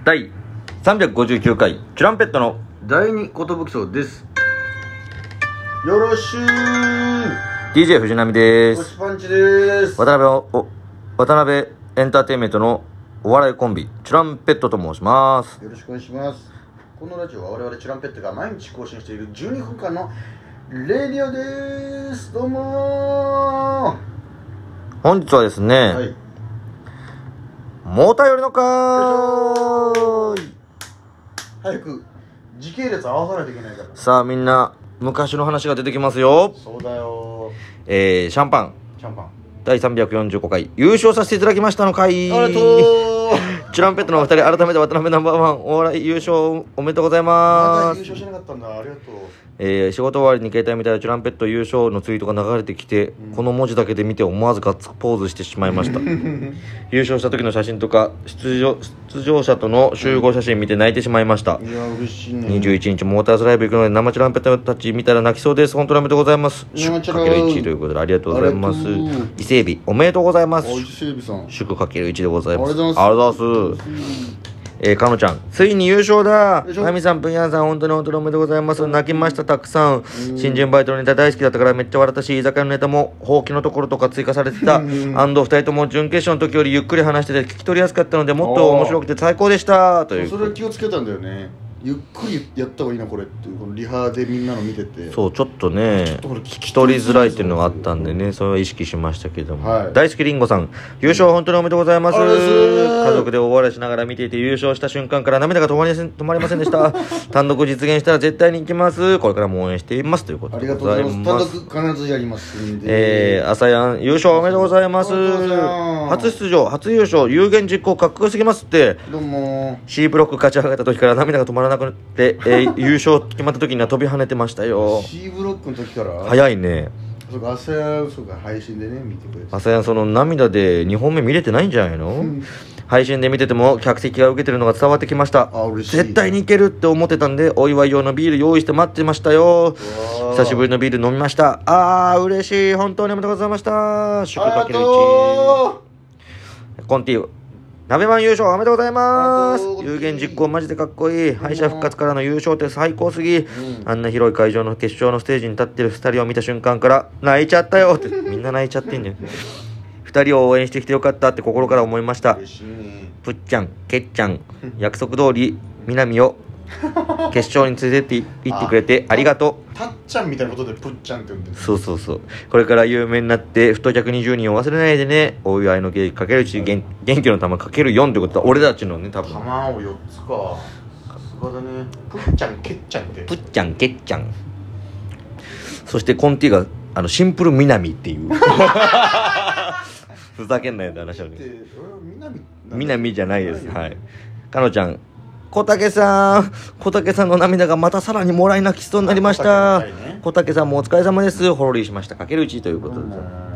第359回チュランペットの第二寿荘です。よろしゅー。 DJ 藤波です。 コシパンチです。 渡辺エンターテインメントのお笑いコンビチュランペットと申します。 よろしくお願いします。このラジオは我々チュランペットが毎日更新している12分間のレディオです。どうもー。 本日はですね、 はい、 もたよりの会。 早く時系列合わさないといけないから。 さあみんな昔の話が出てきますよ。 そうだよシャンパンー。 第345回優勝させていただきましたの回。 ありがとう。 チュランペットのお二人、改めて渡辺ナンバーワンお笑い優勝おめでとうございまだます。 優勝しなかったんだ。ありがとう。 仕事終わりに携帯見たらチュランペット優勝のツイートが流れてきて、この文字だけで見て思わずガッツポーズしてしまいました優勝した時の写真とか出場者との集合写真見て泣いてしまいました。 いや嬉しいね。 21日モーターズライブ行くので生チュランペットたち見たら泣きそうです。本当におめでとうございます。祝かける1ということでありがとうございます。伊勢海老おめでとうございます。 伊勢海老さん祝かける1でございます。 ありがとうございます。 ありがとうございます。かのちゃんついに優勝だ。ナミさん、プンヤンさん、本当におめでとうございます。泣きました、たくさん。新人バイトのネタ大好きだったからめっちゃ笑ったし、居酒屋のネタもほうきのところとか追加されてた2人とも準決勝の時よりゆっくり話してて聞き取りやすかったので、もっと面白くて最高でしたという。 それ気をつけたんだよね。ゆっくりやった方がいいなこれっていう、このリハでみんなの見てて、 そうちょっとね聞き取りづらいっていうのがあったんでね、それは意識しましたけども、はい、大好きりんごさん優勝本当におめでとうございます。家族で大笑いしながら見ていて、優勝した瞬間から涙が止まりませんでした単独実現したら絶対に行きます。これからも応援していますということでございます。 単独必ずやりますんで、朝やん優勝おめでとうございます。初出場初優勝有言実行かっこよすぎますって。 どうも C ブロック勝ち上がった時から涙が止まらなくて、優勝決まった時には飛び跳ねてましたよ。 C ブロックの時から早いね。 そうか、朝やそうか配信でね見てくれて、 朝やんその涙で2本目見れてないんじゃないの配信で見てても客席が受けてるのが伝わってきました。 嬉しい。 絶対にいけるって思ってたんで、お祝い用のビール用意して待ってましたよ。久しぶりのビール飲みました。嬉しい。本当におめでとうございました。祝かける1。コンティ鍋マン優勝おめでとうございます。有言実行マジでかっこいい。敗者復活からの優勝って最高すぎ。あんな広い会場の決勝のステージに立ってる2人を見た瞬間から泣いちゃったよってみんな泣いちゃってんじゃん2人を応援してきてよかったって心から思いました。ぷっちゃんけっちゃん約束通り南を決勝に連れてって行ってくれてありがとう。 たっちゃんみたいなことでぷっちゃんって呼んでる。 そうこれから有名になって太客20人を忘れないでね。お祝いのケーキかける1、元気の玉かける4ってことは俺たちのね、多分玉を4つか。さすがだね。ぷっちゃんけっちゃんってぷっちゃんけっちゃん。そしてコンティがシンプル南っていうふざけんなよって話をね。南じゃないです。はい。かのちゃん小竹さんの涙がまたさらにもらい泣きそうになりました。小竹さんもお疲れ様です。ほろりしましたかける1ということ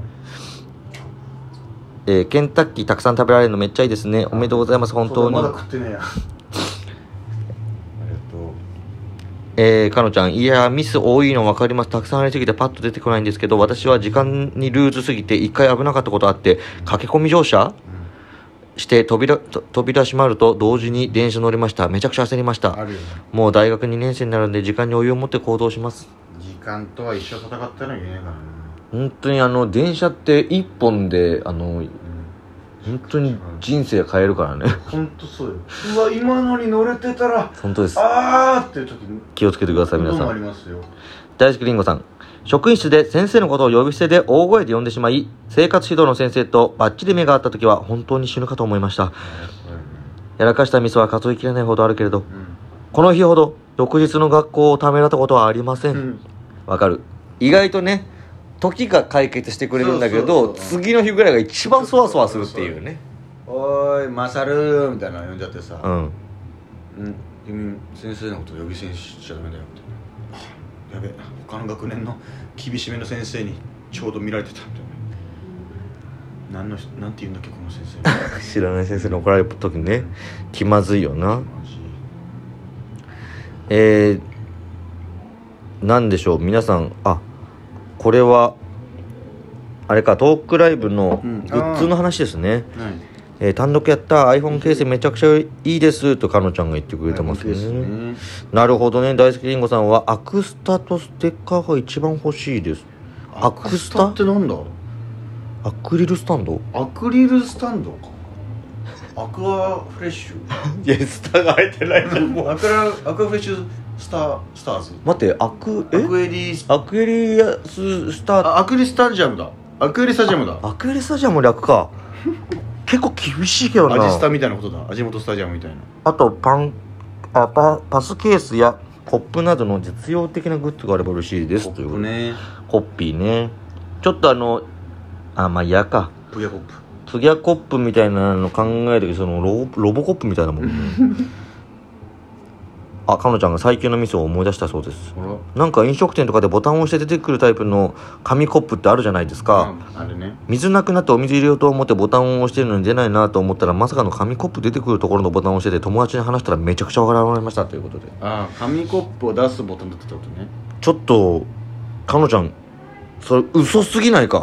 で、ケンタッキーたくさん食べられるのめっちゃいいですね。おめでとうございます。本当にまだ食ってねえやかのちゃん、いやミス多いの分かります。たくさんありすぎてパッと出てこないんですけど、私は時間にルーズすぎて一回危なかったことあって、駆け込み乗車して扉閉まると同時に電車乗りました。めちゃくちゃ焦りました。もう大学2年生になるんで時間に余裕を持って行動します。 時間とは一生戦ったのに言えないからね。 本当に電車って一本で本当に人生変えるからね。 本当そうよ。うわ今のに乗れてたら本当です。 っていう時に気をつけてください皆さん。 ありますよ。 大好きりんごさん、職員室で先生のことを呼び捨てで大声で呼んでしまい、生活指導の先生とバッチリ目が合った時は本当に死ぬかと思いました。やらかしたミスは数えきれないほどあるけれど、この日ほど翌日の学校をためらったことはありません。わかる。意外とね時が解決してくれるんだけど、次の日ぐらいが一番そわそわするっていうね。 おーいマサルーみたいなの呼んじゃってさ、先生のこと呼び捨てにしちゃダメだよって、やべ他の学年の厳しめの先生にちょうど見られてたみたいな。なんて言うんだっけこの先生知らない先生に怒られる時ね、気まずいよな。なんでしょう皆さん。これはあれか、トークライブのグッズの話ですね。 単独やった iPhone ケースめちゃくちゃいいですとかのちゃんが言ってくれてますね。なるほどね。大好きりんごさんはアクスタとステッカーが一番欲しいです。 アクスタってなんだ？ アクリルスタンド？ アクリルスタンドか。アクアフレッシュ。 いやスターが入ってないじゃん。もうアクアフレッシュスターズ。 待ってアクエリスタアクリスタジアムだ。アクエリスタジアムだ。 アクエリスタジアム略か。結構厳しいけどな。 アジスタみたいなことだ。アジモトスタジアムみたいな。 あとパスケースやコップなどの実用的なグッズがあれば嬉しいです。 コップね。 コッピーね。ちょっとまあ嫌か。 プギャコップ。 プギャコップみたいなの考えるけど、そのロボコップみたいなもんね。かのちゃんが最近のミスを思い出したそうです。なんか飲食店とかでボタンを押して出てくるタイプの紙コップってあるじゃないですか。 あれね。 水なくなってお水入れようと思ってボタンを押してるのに出ないなと思ったら、まさかの紙コップ出てくるところのボタンを押してて、友達に話したらめちゃくちゃ笑われましたということで。 紙コップを出すボタンだったってことね。 ちょっとかのちゃんそれ嘘すぎないか。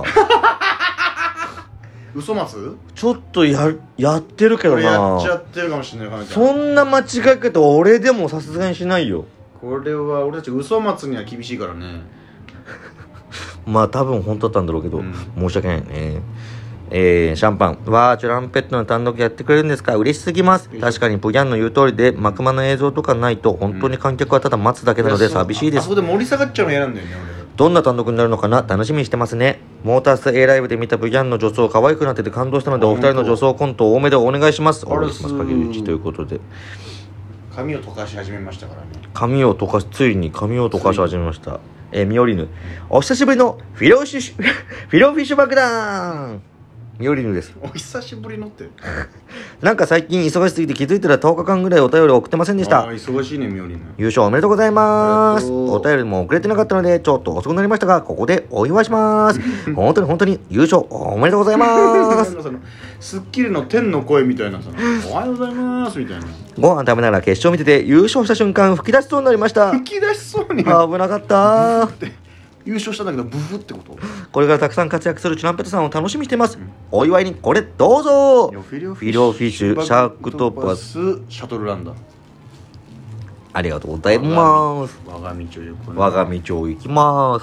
嘘松？ ちょっとやってるけどな。 やっちゃってるかもしれない。 そんな間違い方俺でもさすがにしないよ。 これは俺たち嘘松には厳しいからね。 まあ多分本当だったんだろうけど、申し訳ないね。シャンパンチュランペットの単独やってくれるんですか？嬉しすぎます。確かにプギャンの言う通りでマクマの映像とかないと本当に観客はただ待つだけなので寂しいです。 あそこで盛り下がっちゃうの嫌なんだよね俺。 どんな単独になるのかな楽しみにしてますね。モータース A ライブで見たブギャンの女装可愛くなってて感動したので、お二人の女装コントを多めでお願いします。お願いします。限り1ということで髪を溶かし始めましたからね。 ついに髪を溶かし始めました。ミオリヌお久しぶりのフィロフィッシュ爆弾ミオリヌです。 お久しぶりのってなんか最近忙しすぎて気づいたら10日間ぐらいお便りを送ってませんでした。 忙しいねミオリヌ。 優勝おめでとうございます。お便りも送れてなかったのでちょっと遅くなりましたが、ここでお祝いします本当に優勝おめでとうございますスッキリの天の声みたいなさおはようございますみたいな。 ご飯食べながら決勝見てて優勝した瞬間吹き出しそうになりました。 吹き出しそうに危なかった優勝したんだけどブフってこと。 これからたくさん活躍するチュランペットさんを楽しみにしてます。お祝いにこれどうぞ。フィロフィッシュシャークトパスシャトルランダー。 ありがとうございます。 我が道を行く。 我が道を行きます。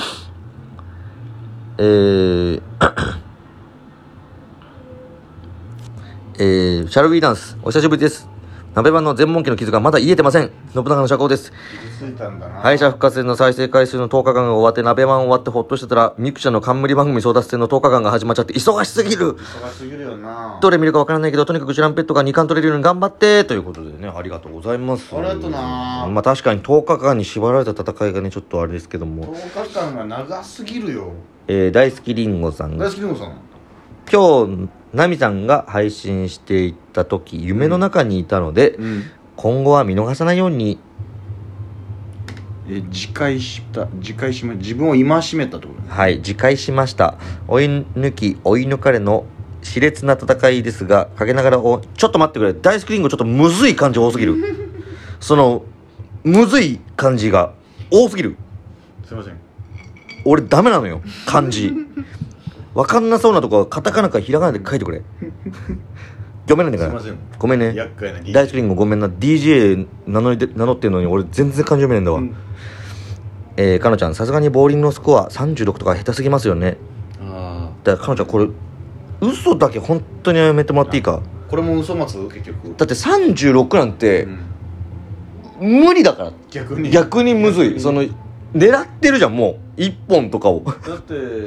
シャルビーダンスお久しぶりです。鍋版の全問記の傷がまだ癒えてません。信長の社交です。敗者復活戦の再生回数の10日間が終わって鍋版終わってほっとしてたら、ミクちゃんの冠番組争奪戦の10日間が始まっちゃって忙しすぎるよな。 どれ見るかわからないけど、とにかくチュランペットが2冠取れるように頑張ってということでね、ありがとうございます。 ありがとうな。 まあ確かに10日間に縛られた戦いがねちょっとあれですけども、 10日間が長すぎるよ。 大好きりんごさんが今日ナミさんが配信していた時夢の中にいたので、今後は見逃さないように自戒しま自分を戒めたってことね。 はい、自戒しました。追い抜かれの熾烈な戦いですが、かけながらちょっと待ってくれ、大好きりんごちょっとむずい感じ多すぎるそのむずい感じが多すぎる。 すいません、 俺ダメなのよ漢字わかんなそうなとこはカタカナかひらがなで書いてくれ読めないんだから。 すいません、 ごめんね。 厄介な DJ 大好きりんごごめんな。 DJ 名乗ってんのに俺全然漢字読めないんだわ。かのちゃんさすがにボーリングのスコア36とか下手すぎますよね。だからかのちゃんこれ嘘だけ本当にやめてもらっていいか。 これも嘘松結局。 だって36なんて、無理だから。逆にむずい。その狙ってるじゃんもう1本とかを。 だって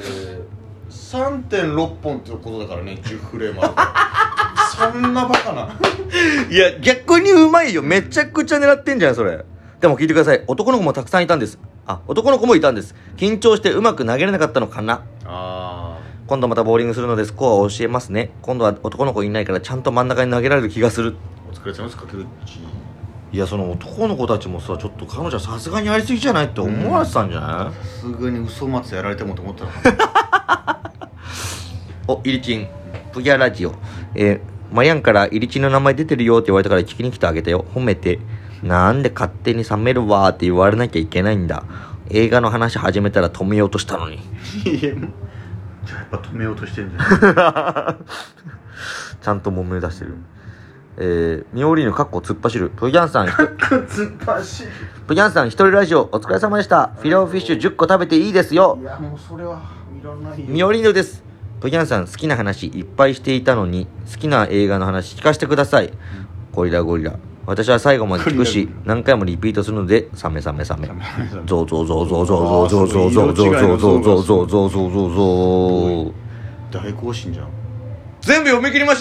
3.6 本ってことだからね、10フレームあるからそんなバカな。 いや逆にうまいよ。めちゃくちゃ狙ってんじゃんそれ。でも聞いてください。男の子もたくさんいたんです。男の子もいたんです。緊張してうまく投げれなかったのかな。今度またボーリングするのでスコアを教えますね。今度は男の子いないからちゃんと真ん中に投げられる気がする。 お疲れ様です。かけるっち。 いやその男の子たちもさ、ちょっと彼女はさすがにやりすぎじゃないって思われてたんじゃない？ さすがに嘘松やられてもと思ったらイリチンプギャラジオ、マヤンからイリチンの名前出てるよって言われたから聞きに来てあげてよ。褒めて。なんで勝手に冷めるわーって言われなきゃいけないんだ。映画の話始めたら止めようとしたのに。 いややっぱ止めようとしてんじゃんちゃんともめ出してる。ミオリーヌかっこ突っ走る。プギャンさん突っ走る。 プギャンさん一人ラジオお疲れ様でした。フィレオフィッシュ10個食べていいですよ。 いやもうそれはいらないよ。 ミオリーヌです。プギャンさん好きな話いっぱいしていたのに好きな映画の話聞かせてください。ゴリラゴリラ。私は最後まで聞くし何回もリピートするのでサメゾウゾウゾウゾウゾウゾウゾウゾウゾウゾウゾウゾウゾウゾウゾウゾウゾウゾウ。 大行進じゃん。 全部読み切りました。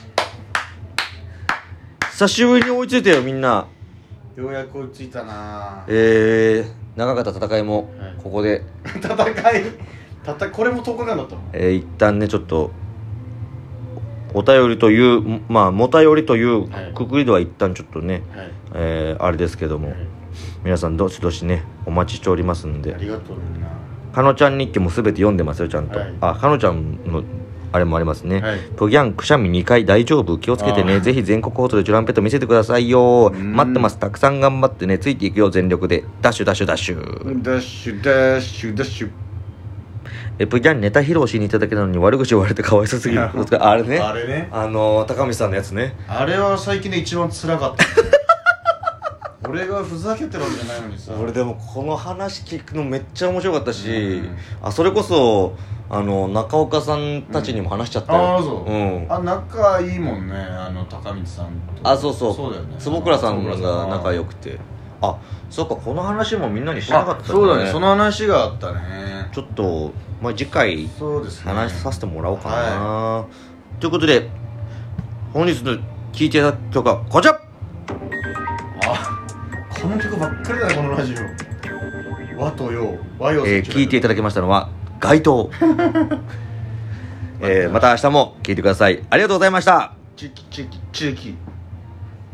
久しぶりに追いついたよみんな。 ようやく追いついたな。 長かった戦いもここでこれも10日間だったの。 一旦ねちょっとお便りというもたよりというくくりでは一旦ちょっとね、あれですけども、皆さんどしどしねお待ちしておりますんで。 ありがとうみんな。 かのちゃん日記も全て読んでますよちゃんと。かのちゃんのあれもありますね。プギャンくしゃみ2回大丈夫気をつけてね。ぜひ全国放送でチュランペット見せてくださいよ。待ってます。たくさん頑張ってね。ついていくよ全力で。ダッシュダッシュダッシュダッシュダッシュダッシュ。 プギャンネタ披露しに行っただけなのに悪口言われてかわいそうすぎる。あれね高見さんのやつね。 あれは最近で一番辛かった俺がふざけてるわけじゃないのにさ。 俺でもこの話聞くのめっちゃ面白かったし、それこそ中岡さんたちにも話しちゃったよ。 そう、仲いいもんね高道さんと。 そうだよね。坪倉さんが仲良くて。そっかこの話もみんなにしなかったね。 そうだねその話があったね。 ちょっと次回話させてもらおうかな。ということで本日の聴いていただく曲はこちら。 この曲ばっかりだねこのラジオ。和と洋和洋。 聴いていただきましたのは街灯また明日も聴いてください。ありがとうございました。 チェキ